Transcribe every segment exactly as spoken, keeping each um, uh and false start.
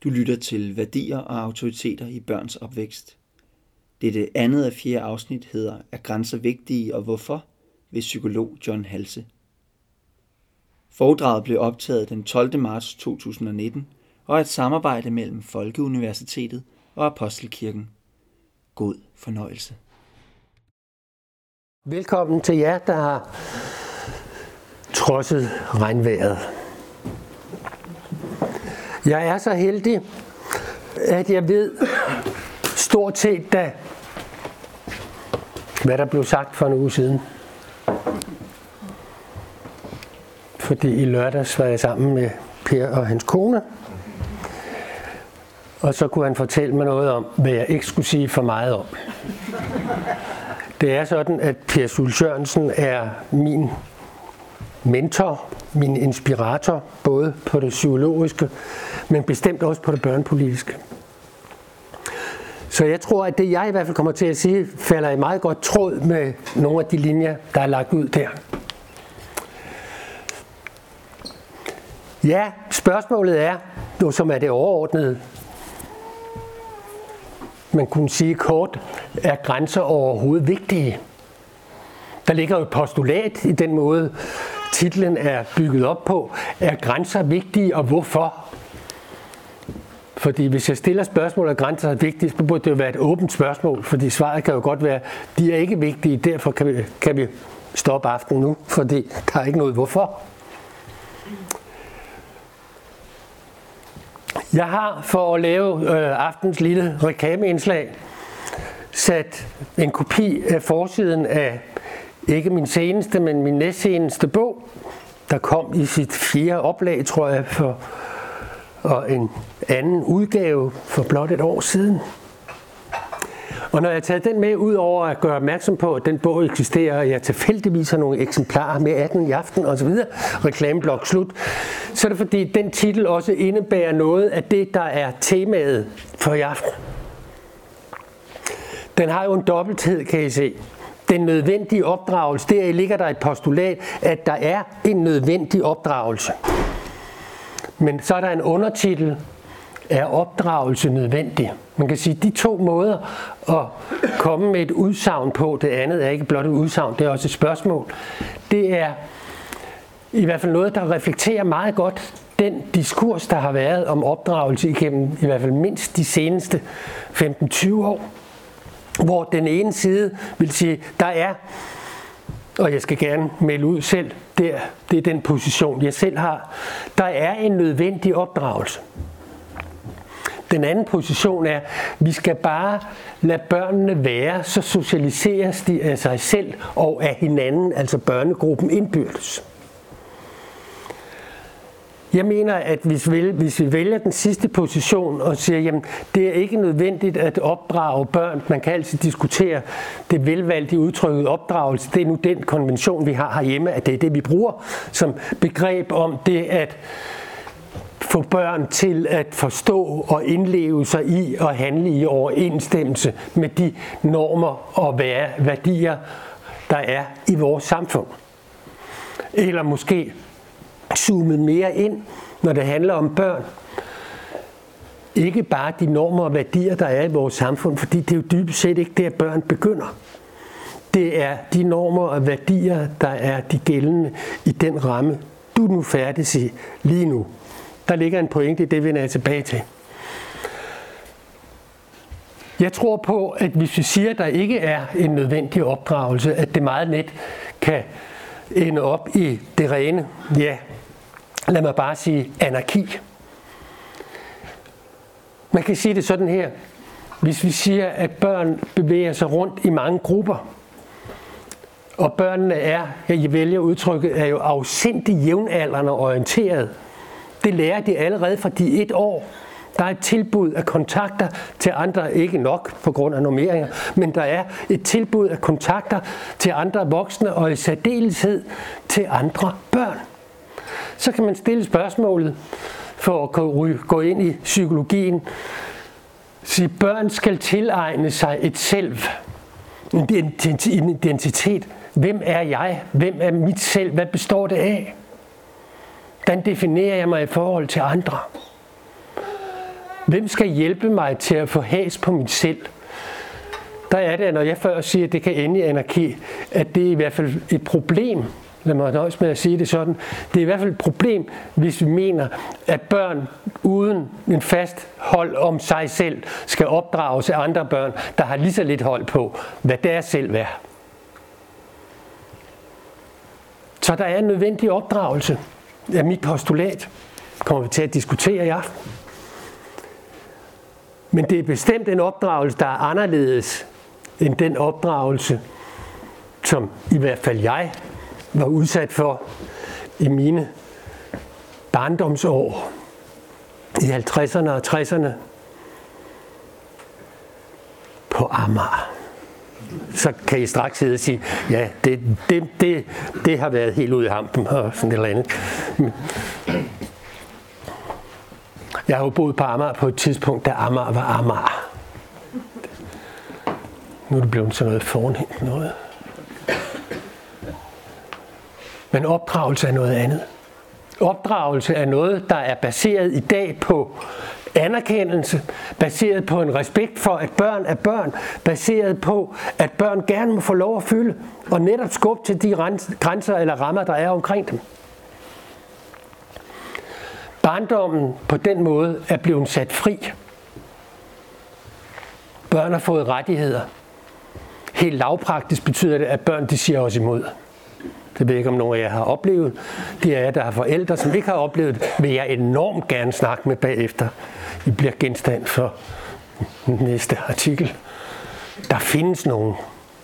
Du lytter til Værdier og autoriteter i børns opvækst. Dette andet af fire afsnit hedder Er grænser vigtige og hvorfor? Ved psykolog John Halse. Foredraget blev optaget den tolvte marts to tusind og nitten og er et samarbejde mellem Folkeuniversitetet og Apostelkirken. God fornøjelse. Velkommen til jer, der har trodset regnvejret. Jeg er så heldig, at jeg ved stort set, da, hvad der blev sagt for en uge siden. Fordi i lørdags var jeg sammen med Per og hans kone. Og så kunne han fortælle mig noget om, hvad jeg ikke skulle sige for meget om. Det er sådan, at Per Schultz Jørgensen er min mentor, min inspirator, både på det psykologiske, men bestemt også på det børnepolitiske. Så jeg tror, at det jeg i hvert fald kommer til at sige, falder i meget godt tråd med nogle af de linjer, der er lagt ud der. Ja, spørgsmålet er, som er det overordnede, man kunne sige kort, er grænser overhovedet vigtige? Der ligger jo et postulat i den måde, titlen er bygget op på. Er grænser vigtige, og hvorfor? Fordi hvis jeg stiller spørgsmål, er grænser vigtige, så burde det jo være et åbent spørgsmål, fordi svaret kan jo godt være, de er ikke vigtige, derfor kan vi, kan vi stoppe aftenen nu, fordi der er ikke noget hvorfor. Jeg har for at lave øh, aftens lille reklameindslag sat en kopi af forsiden af ikke min seneste, men min næstseneste bog, der kom i sit fjerde oplag, tror jeg, for, og en anden udgave for blot et år siden. Og når jeg har taget den med, ud over at gøre opmærksom på, at den bog eksisterer, og jeg tilfældigvis har nogle eksemplarer med atten i aften osv., reklameblok slut, så er det fordi, den titel også indebærer noget af det, der er temaet for i aften. Den har jo en dobbelthed, kan I se. Den nødvendige opdragelse, der ligger der et postulat, at der er en nødvendig opdragelse. Men så er der en undertitel, er opdragelse nødvendig? Man kan sige, at de to måder at komme med et udsagn på, det andet er ikke blot et udsagn, det er også et spørgsmål. Det er i hvert fald noget, der reflekterer meget godt den diskurs, der har været om opdragelse igennem i hvert fald mindst de seneste femten til tyve år. Hvor den ene side vil sige, der er, og jeg skal gerne melde ud selv, der, det er den position, jeg selv har, der er en nødvendig opdragelse. Den anden position er, vi skal bare lade børnene være, så socialiseres de af sig selv og af hinanden, altså børnegruppen indbyrdes. Jeg mener, at hvis vi, hvis vi vælger den sidste position og siger, jamen det er ikke nødvendigt at opdrage børn, man kan altid diskutere det velvalgte udtrykket opdragelse, det er nu den konvention, vi har herhjemme, at det er det, vi bruger som begreb om det at få børn til at forstå og indleve sig i og handle i overensstemmelse med de normer og værdier, der er i vores samfund. Eller måske zoomet mere ind, når det handler om børn. Ikke bare de normer og værdier, der er i vores samfund, fordi det er jo dybest set ikke der, børn begynder. Det er de normer og værdier, der er de gældende i den ramme, du nu færdes i lige nu. Der ligger en pointe i det, vender jeg tilbage til. Jeg tror på, at hvis vi siger, at der ikke er en nødvendig opdragelse, at det meget let kan ende op i det rene, ja, lad mig bare sige anarki. Man kan sige det sådan her. Hvis vi siger, at børn bevæger sig rundt i mange grupper, og børnene er, jeg vælger udtrykket, er jo afsindig jævnaldrende orienteret. Det lærer de allerede fra de et år. Der er et tilbud af kontakter til andre, ikke nok på grund af normeringer, men der er et tilbud af kontakter til andre voksne, og i særdeleshed til andre børn. Så kan man stille spørgsmålet, for at gå ind i psykologien, sige, børn skal tilegne sig et selv, en identitet. Hvem er jeg? Hvem er mit selv? Hvad består det af? Hvordan definerer jeg mig i forhold til andre? Hvem skal hjælpe mig til at få has på mit selv? Der er det, når jeg før siger, at det kan ende i anarki, at det er i hvert fald et problem. Lad mig nøjes med at sige det sådan. Det er i hvert fald et problem, hvis vi mener, at børn uden en fast hold om sig selv skal opdrages af andre børn, der har lige så lidt hold på, hvad deres selv er. Så der er en nødvendig opdragelse af mit postulat. Kommer vi til at diskutere i aften. Men det er bestemt en opdragelse, der er anderledes end den opdragelse, som i hvert fald jeg var udsat for i mine barndomsår i halvtredserne og tresserne på Amager. Så kan I straks sidde og sige, ja, det, det, det, det har været helt ude i hampen og sådan et eller andet. Jeg har jo boet på Amager på et tidspunkt, da Amager var Amager. Nu er det blevet sådan noget fornemt noget. Men opdragelse er noget andet. Opdragelse er noget, der er baseret i dag på anerkendelse, baseret på en respekt for, at børn er børn, baseret på, at børn gerne må få lov at fylde, og netop skubbe til de grænser eller rammer, der er omkring dem. Barndommen på den måde er blevet sat fri. Børn har fået rettigheder. Helt lavpraktisk betyder det, at børn de siger os imod. Det ved jeg ikke, om nogen af jer har oplevet. De af jer, der har forældre, som ikke har oplevet det, vil jeg enormt gerne snakke med bagefter. I bliver genstand for næste artikel. Der findes nogen.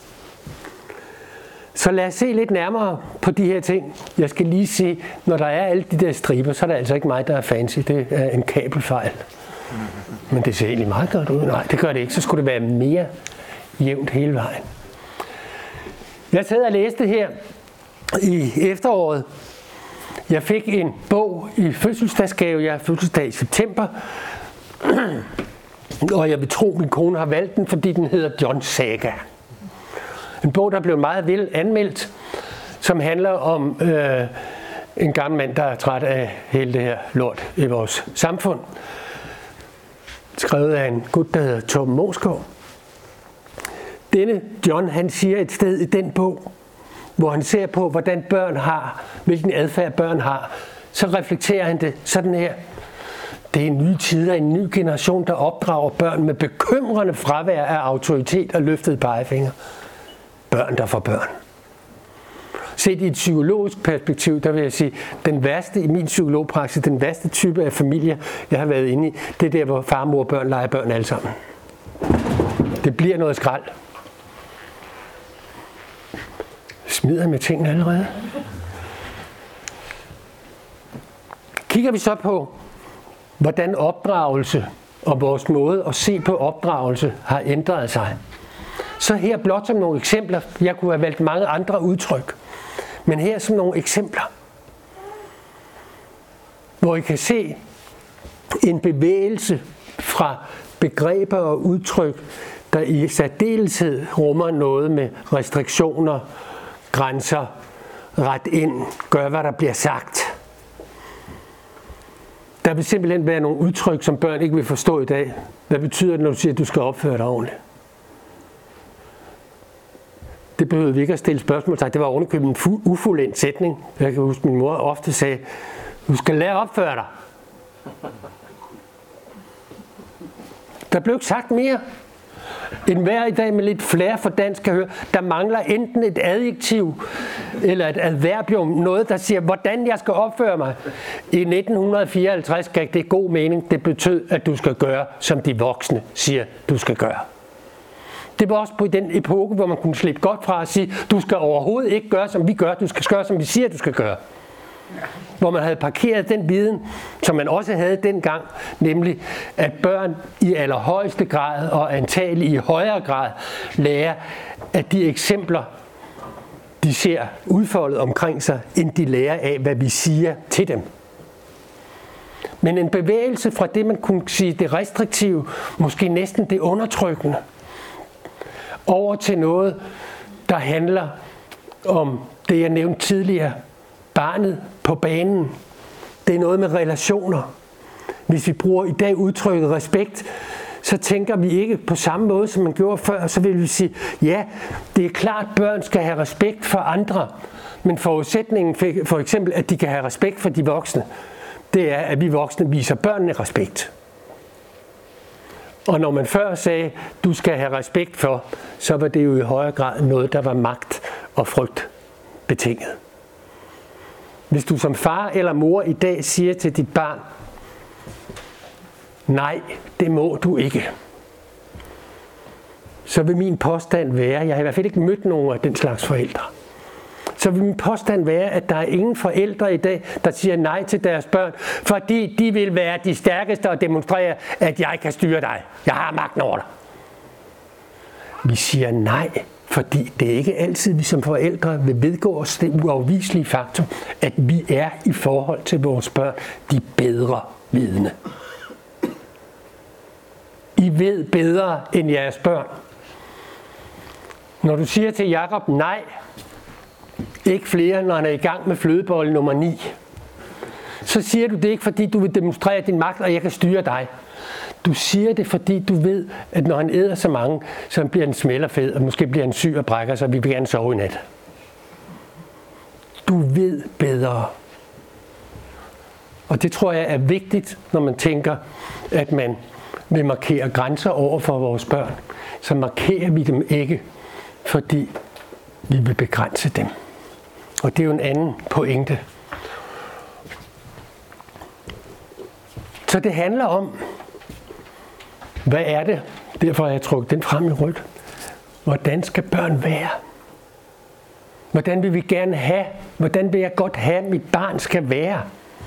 Så lad os se lidt nærmere på de her ting. Jeg skal lige se, når der er alle de der striber, så er det altså ikke mig, der er fancy. Det er en kabelfejl. Men det ser egentlig meget godt ud. Nej, det gør det ikke. Så skulle det være mere jævnt hele vejen. Jeg sad og læste her i efteråret. Jeg fik en bog i fødselsdagsgave. Jeg har fødselsdag i september. Og jeg vil tro, at min kone har valgt den, fordi den hedder John Saga. En bog, der blev meget vel anmeldt, som handler om øh, en gammel mand, der er træt af hele det her lort i vores samfund. Skrevet af en gut, der hedder Torben Moskov. Denne John, han siger et sted i den bog, hvor han ser på, hvordan børn har, hvilken adfærd børn har, så reflekterer han det sådan her. Det er nye tider, en ny generation, der opdrager børn med bekymrende fravær af autoritet og løftet pegefinger. Børn, der får børn. Set i et psykologisk perspektiv, der vil jeg sige, den værste i min psykologpraksis, den værste type af familie, jeg har været inde i, det er der, hvor far, mor og børn leger børn alle sammen. Det bliver noget skrald. Smider med tingene allerede. Kigger vi så på, hvordan opdragelse og vores måde at se på opdragelse har ændret sig. Så her blot som nogle eksempler. Jeg kunne have valgt mange andre udtryk. Men her som nogle eksempler. Hvor I kan se en bevægelse fra begreber og udtryk, der i særdeleshed rummer noget med restriktioner, grænser, ret ind, gør hvad der bliver sagt. Der vil simpelthen være nogle udtryk, som børn ikke vil forstå i dag. Hvad betyder det, når du siger, at du skal opføre dig ordentligt? Det behøvede vi ikke at stille spørgsmål til. Det var ovenikøbet en ufuldendt sætning. Jeg kan huske, min mor ofte sagde, du skal lære at opføre dig. Der blev ikke sagt mere. En hver i dag med lidt flere for dansk kan høre, der mangler enten et adjektiv eller et adverbium, noget der siger, hvordan jeg skal opføre mig. I nitten fireoghalvtreds gav det god mening. Det betød, at du skal gøre, som de voksne siger, du skal gøre. Det var også på den epoke, hvor man kunne slippe godt fra at sige, du skal overhovedet ikke gøre, som vi gør, du skal gøre, som vi siger, du skal gøre. Hvor man havde parkeret den viden, som man også havde dengang, nemlig at børn i allerhøjeste grad og antagelig i højere grad lærer at de eksempler, de ser udfoldet omkring sig, end de lærer af, hvad vi siger til dem. Men en bevægelse fra det, man kunne sige det restriktive, måske næsten det undertrykkende, over til noget, der handler om det, jeg nævnte tidligere, barnet på banen. Det er noget med relationer. Hvis vi bruger i dag udtrykket respekt, så tænker vi ikke på samme måde, som man gjorde før. Så vil vi sige, ja, det er klart, at børn skal have respekt for andre. Men forudsætningen for eksempel, at de kan have respekt for de voksne, det er, at vi voksne viser børnene respekt. Og når man før sagde, du skal have respekt for, så var det jo i højere grad noget, der var magt og frygt betinget. Hvis du som far eller mor i dag siger til dit barn, nej, det må du ikke, så vil min påstand være, jeg har i hvert fald ikke mødt nogen af den slags forældre, så vil min påstand være, at der er ingen forældre i dag, der siger nej til deres børn, fordi de vil være de stærkeste og demonstrere, at jeg kan styre dig. Jeg har magten over dig. Vi siger nej, fordi det er ikke altid, vi som forældre vil vedgå os det uafviselige faktum, at vi er i forhold til vores børn de bedre vidne. I ved bedre end jeres børn. Når du siger til Jakob nej, ikke flere, når han er i gang med flødebolle nummer ni, så siger du det ikke, fordi du vil demonstrere din magt, og jeg kan styre dig. Du siger det, fordi du ved, at når han æder så mange, så bliver han smælderfed, og måske bliver han syg og brækker sig, og vi vil gerne sove i nat. Du ved bedre. Og det tror jeg er vigtigt, når man tænker, at man vil markere grænser over for vores børn. Så markerer vi dem ikke, fordi vi vil begrænse dem. Og det er jo en anden pointe. Så det handler om, hvad er det? Derfor har jeg trukket den frem i rødt. Hvordan skal børn være? Hvordan vil vi gerne have? Hvordan vil jeg godt have, at mit barn skal være?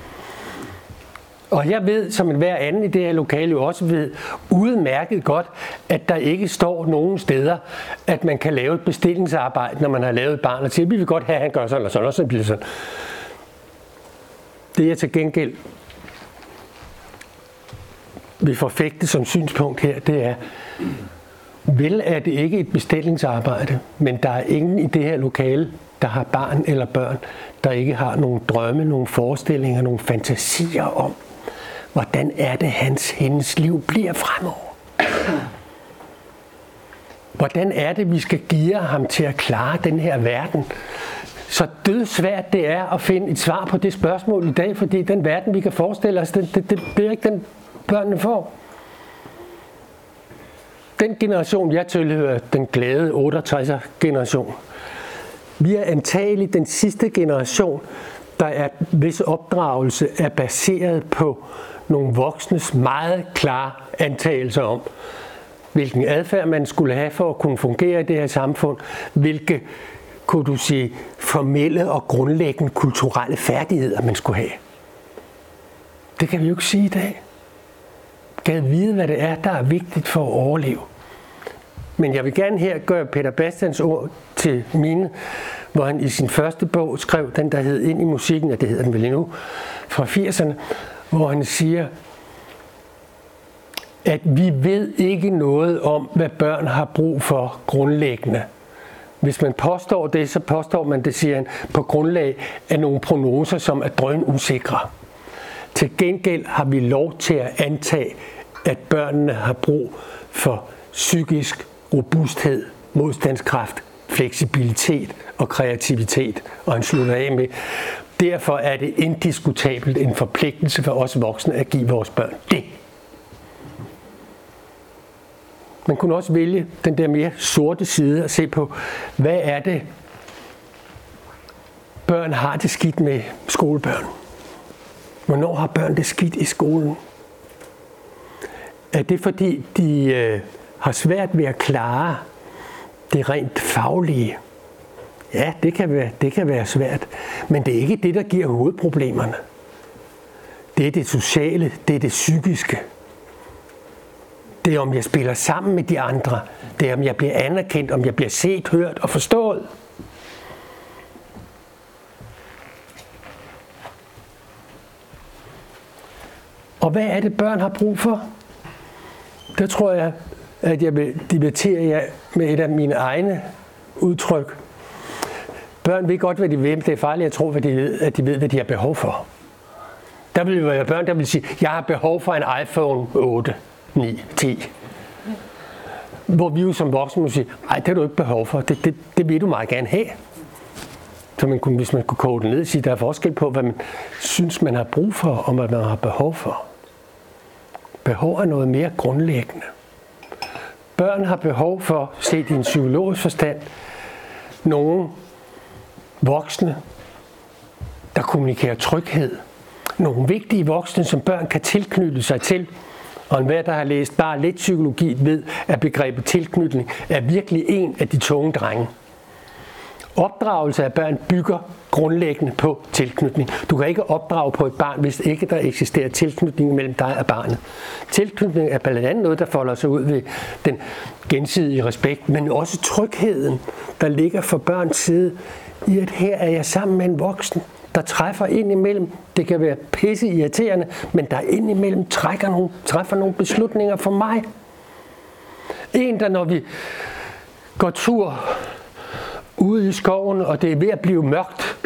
Og jeg ved, som en hver anden i det her lokale jo også ved, udmærket godt, at der ikke står nogen steder, at man kan lave et bestillingsarbejde, når man har lavet et barn, og siger, vi vil godt have, at han gør sådan og sådan, og så bliver det sådan. Det er til gengæld vi forfægte som synspunkt her, det er, vel er det ikke et bestillingsarbejde, men der er ingen i det her lokale, der har barn eller børn, der ikke har nogle drømme, nogle forestillinger, nogle fantasier om, hvordan er det, hans, hendes liv bliver fremover. Hvordan er det, vi skal give ham til at klare den her verden? Så dødsvært det er at finde et svar på det spørgsmål i dag, fordi den verden, vi kan forestille os, det, det, det, det er ikke den, børnene får. Den generation, jeg tilhører, den glade otteogtredser generation, vi er antagelig den sidste generation, der er hvis opdragelse er baseret på nogle voksnes meget klare antagelser om, hvilken adfærd man skulle have for at kunne fungere i det her samfund, hvilke, kunne du sige, formelle og grundlæggende kulturelle færdigheder man skulle have. Det kan vi jo ikke sige i dag. Gad vide, hvad det er, der er vigtigt for at overleve. Men jeg vil gerne her gøre Peter Bastians ord til mine, hvor han i sin første bog skrev den, der hed Ind i musikken, og det hedder den vel endnu, fra firserne, hvor han siger, at vi ved ikke noget om, hvad børn har brug for grundlæggende. Hvis man påstår det, så påstår man det, siger han, på grundlag af nogle prognoser, som er drønusikre. Til gengæld har vi lov til at antage, at børnene har brug for psykisk robusthed, modstandskraft, fleksibilitet og kreativitet. Og han slutter af med, derfor er det indiskutabelt en forpligtelse for os voksne at give vores børn det. Man kunne også vælge den der mere sorte side og se på, hvad er det, børn har det skidt med skolebørn. Hvornår har børn det skidt i skolen? Er det fordi, de øh, har svært ved at klare det rent faglige? Ja, det kan, være, det kan være svært, men det er ikke det, der giver hovedproblemerne. Det er det sociale, det er det psykiske. Det er, om jeg spiller sammen med de andre. Det er, om jeg bliver anerkendt, om jeg bliver set, hørt og forstået. Og hvad er det, børn har brug for? Der tror jeg, at jeg vil debattere jer med et af mine egne udtryk. Børn ved godt, hvad de vil, men det er farligt at tro, at de ved, at de ved, hvad de har behov for. Der vil jo være børn, der vil sige, jeg har behov for en iPhone otte, ni, ti. Hvor vi jo som voksne må sige, nej, det har du ikke behov for, det, det, det vil du meget gerne have. Så man kunne, hvis man kunne koge det ned og sige, der er forskel på, hvad man synes, man har brug for, og hvad man har behov for. Behov er noget mere grundlæggende. Børn har behov for, set i en psykologisk forstand, nogle voksne, der kommunikerer tryghed. Nogle vigtige voksne, som børn kan tilknytte sig til. Og enhver, der har læst bare lidt psykologi, ved, at begrebet tilknytning er virkelig en af de tunge drenge. Opdragelse af børn bygger grundlæggende på tilknytning. Du kan ikke opdrage på et barn, hvis ikke der eksisterer tilknytning mellem dig og barnet. Tilknytning er blandt andet noget, der folder sig ud ved den gensidige respekt, men også trygheden, der ligger for børns side i, at her er jeg sammen med en voksen, der træffer ind imellem. Det kan være pisse irriterende, men der ind imellem trækker nogle, træffer nogle beslutninger for mig. En, der når vi går tur ude i skoven, og det er ved at blive mørkt.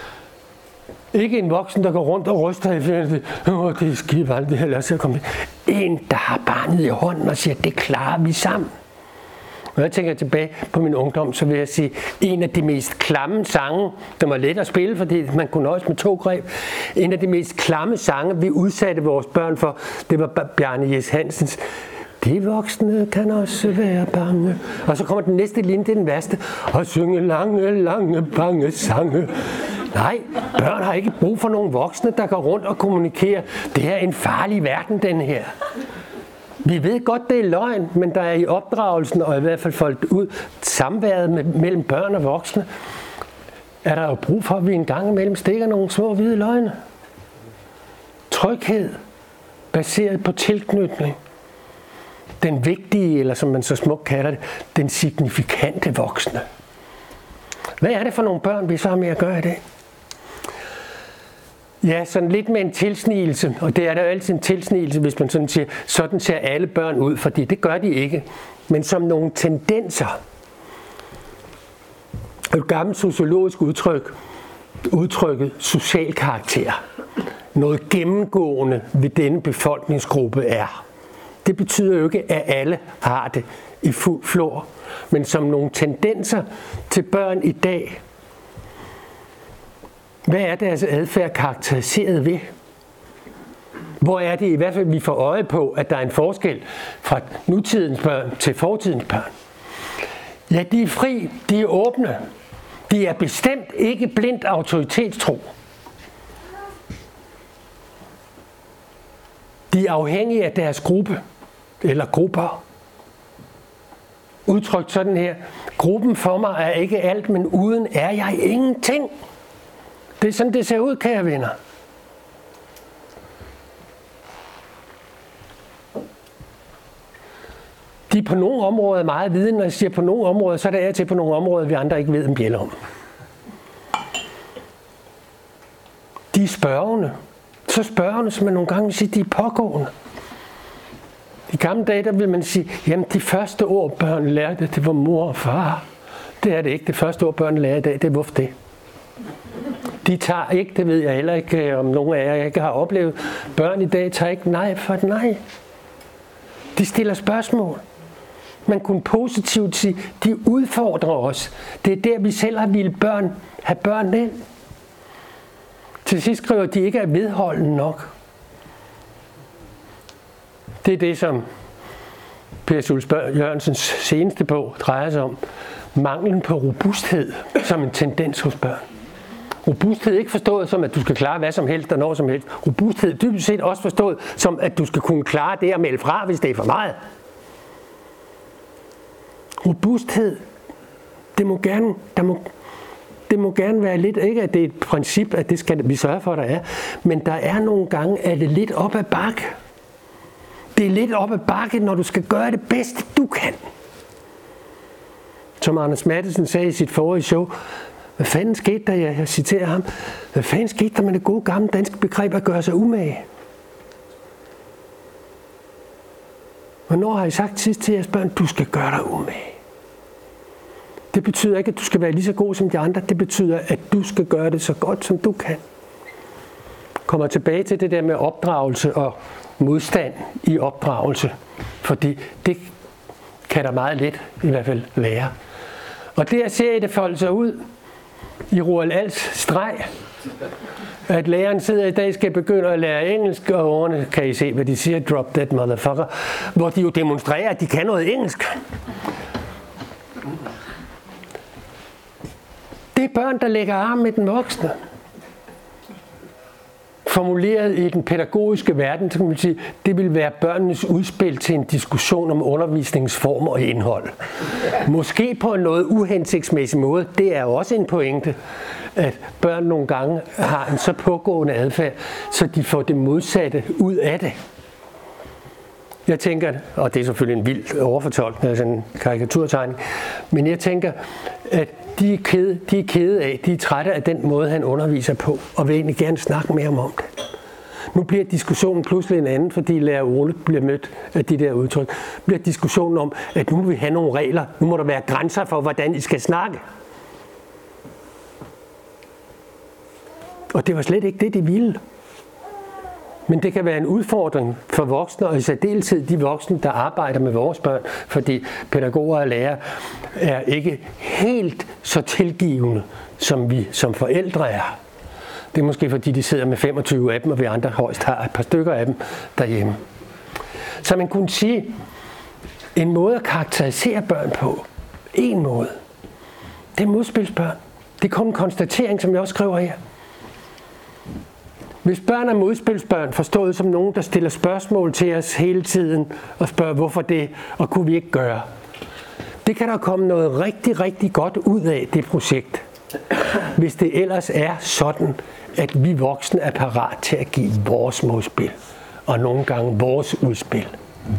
Ikke en voksen, der går rundt og ryster i fjerne. Åh, det er skide varmt, det her, lad os se komme. En, der har barnet i hånden og siger, det klarer vi sammen. Når jeg tænker tilbage på min ungdom, så vil jeg sige, en af de mest klamme sange, der var let at spille, fordi man kunne nøjes med to greb. En af de mest klamme sange, vi udsatte vores børn for, det var Bjarne Jes Hansens De voksne kan også være bange. Og så kommer den næste linje, det er den værste. Og synge lange, lange, bange sange. Nej, børn har ikke brug for nogle voksne, der går rundt og kommunikerer. Det er en farlig verden, den her. Vi ved godt, det er løgn, men der er i opdragelsen, og i hvert fald foldet ud, samværet med, mellem børn og voksne, er der jo brug for, at vi en gang imellem stikker nogle små hvide løgne. Tryghed, baseret på tilknytning. Den vigtige, eller som man så smukt kalder det, den signifikante voksne. Hvad er det for nogle børn, vi så har med at gøre i det? Ja, sådan lidt med en tilsnigelse, og det er der jo altid en tilsnigelse, hvis man sådan siger, sådan ser alle børn ud, fordi det gør de ikke, men som nogle tendenser. Et gammelt sociologisk udtryk, udtrykket social karakter. Noget gennemgående ved denne befolkningsgruppe er. Det betyder jo ikke, at alle har det i fuld flor, men som nogle tendenser til børn i dag. Hvad er deres adfærd karakteriseret ved? Hvor er det i hvert fald, vi får øje på, at der er en forskel fra nutidens børn til fortidens børn? Ja, de er fri, de er åbne. De er bestemt ikke blindt autoritetstro. De er afhængige af deres gruppe eller grupper. Udtrykt sådan her. Gruppen for mig er ikke alt, men uden er jeg ingenting. Det er sådan, det ser ud, kære venner. De er på nogle områder meget viden, når jeg siger på nogle områder, så er det af til på nogle områder, vi andre ikke ved en bjælle om. De er spørgende. Så spørgende, som man nogle gange vil sige, de er pågående. I gamle dage, der vil man sige, jamen de første ord, børn lærte, det var mor og far. Det er det ikke. Det første ord, børn lærer i dag, det er hvorfor det. De tager ikke, det ved jeg heller ikke, om nogen af jer ikke har oplevet. Børn i dag tager ikke nej for et nej. De stiller spørgsmål. Man kunne positivt sige, de udfordrer os. Det er der, vi selv har ville børn, have børn ind. Til sidst skriver de ikke er vedholdende nok. Det er det, som Per Schultz Jørgensens seneste bog drejer sig om. Manglen på robusthed som en tendens hos børn. Robusthed ikke forstået som, at du skal klare hvad som helst og når som helst. Robusthed dybest set også forstået som, at du skal kunne klare det at melde fra, hvis det er for meget. Robusthed, det må gerne, der må, det må gerne være lidt, ikke at det er et princip, at det skal vi sørge for, at der er, men der er nogle gange, at det er lidt op ad bakke. Det er lidt op ad bakke, når du skal gøre det bedste, du kan. Som Anders Matthesen sagde i sit forrige show, hvad fanden skete der, jeg citerer ham, hvad fanden skete der med det gode gamle danske begreb at gøre sig umage? Hvornår har I sagt sidst til jeres børn, du skal gøre dig umage? Det betyder ikke, at du skal være lige så god som de andre. Det betyder, at du skal gøre det så godt, som du kan. kommer tilbage til det der med opdragelse og modstand i opdragelse, fordi det kan der meget let i hvert fald være. Og det jeg ser i det folde sig ud i Roald Ahls streg, at læreren sidder i dag skal begynde at lære engelsk, og ordene kan I se, hvad de siger, drop that motherfucker, hvor de jo demonstrerer, at de kan noget engelsk. Det er børn, der lægger arm med den voksne. Formuleret i den pædagogiske verden, så kan man sige, det vil være børnenes udspil til en diskussion om undervisningsform og indhold. Måske på en noget uhensigtsmæssig måde, det er også en pointe, at børn nogle gange har en så pågående adfærd, så de får det modsatte ud af det. Jeg tænker, og det er selvfølgelig en vild overfortolkning af sådan en karikaturtegning, men jeg tænker, at de er, kede, de er kede af, de er trætte af den måde, han underviser på, og vil egentlig gerne snakke mere om det. Nu bliver diskussionen pludselig en anden, fordi lærer Ole bliver mødt af de der udtryk. Nu bliver diskussionen om, at nu må vi have nogle regler, nu må der være grænser for, hvordan I skal snakke. Og det var slet ikke det, de ville. Men det kan være en udfordring for voksne, og i særdeleshed de voksne, der arbejder med vores børn, fordi pædagoger og lærere er ikke helt så tilgivende, som vi som forældre er. Det er måske fordi, de sidder med femogtyve af dem, og vi andre højst har et par stykker af dem derhjemme. Så man kunne sige, en måde at karakterisere børn på, en måde, det er modspilsbørn. Det er kun en konstatering, som jeg også skriver her. Hvis børn er modspilsbørn, forstået som nogen, der stiller spørgsmål til os hele tiden, og spørger, hvorfor det, og kunne vi ikke gøre. Det kan der komme noget rigtig, rigtig godt ud af, det projekt. Hvis det ellers er sådan, at vi voksne er parat til at give vores modspil, og nogle gange vores udspil.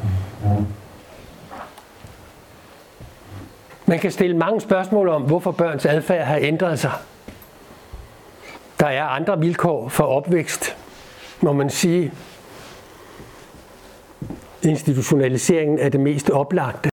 Man kan stille mange spørgsmål om, hvorfor børns adfærd har ændret sig. Der er andre vilkår for opvækst, må man sige. Institutionaliseringen er det mest oplagte.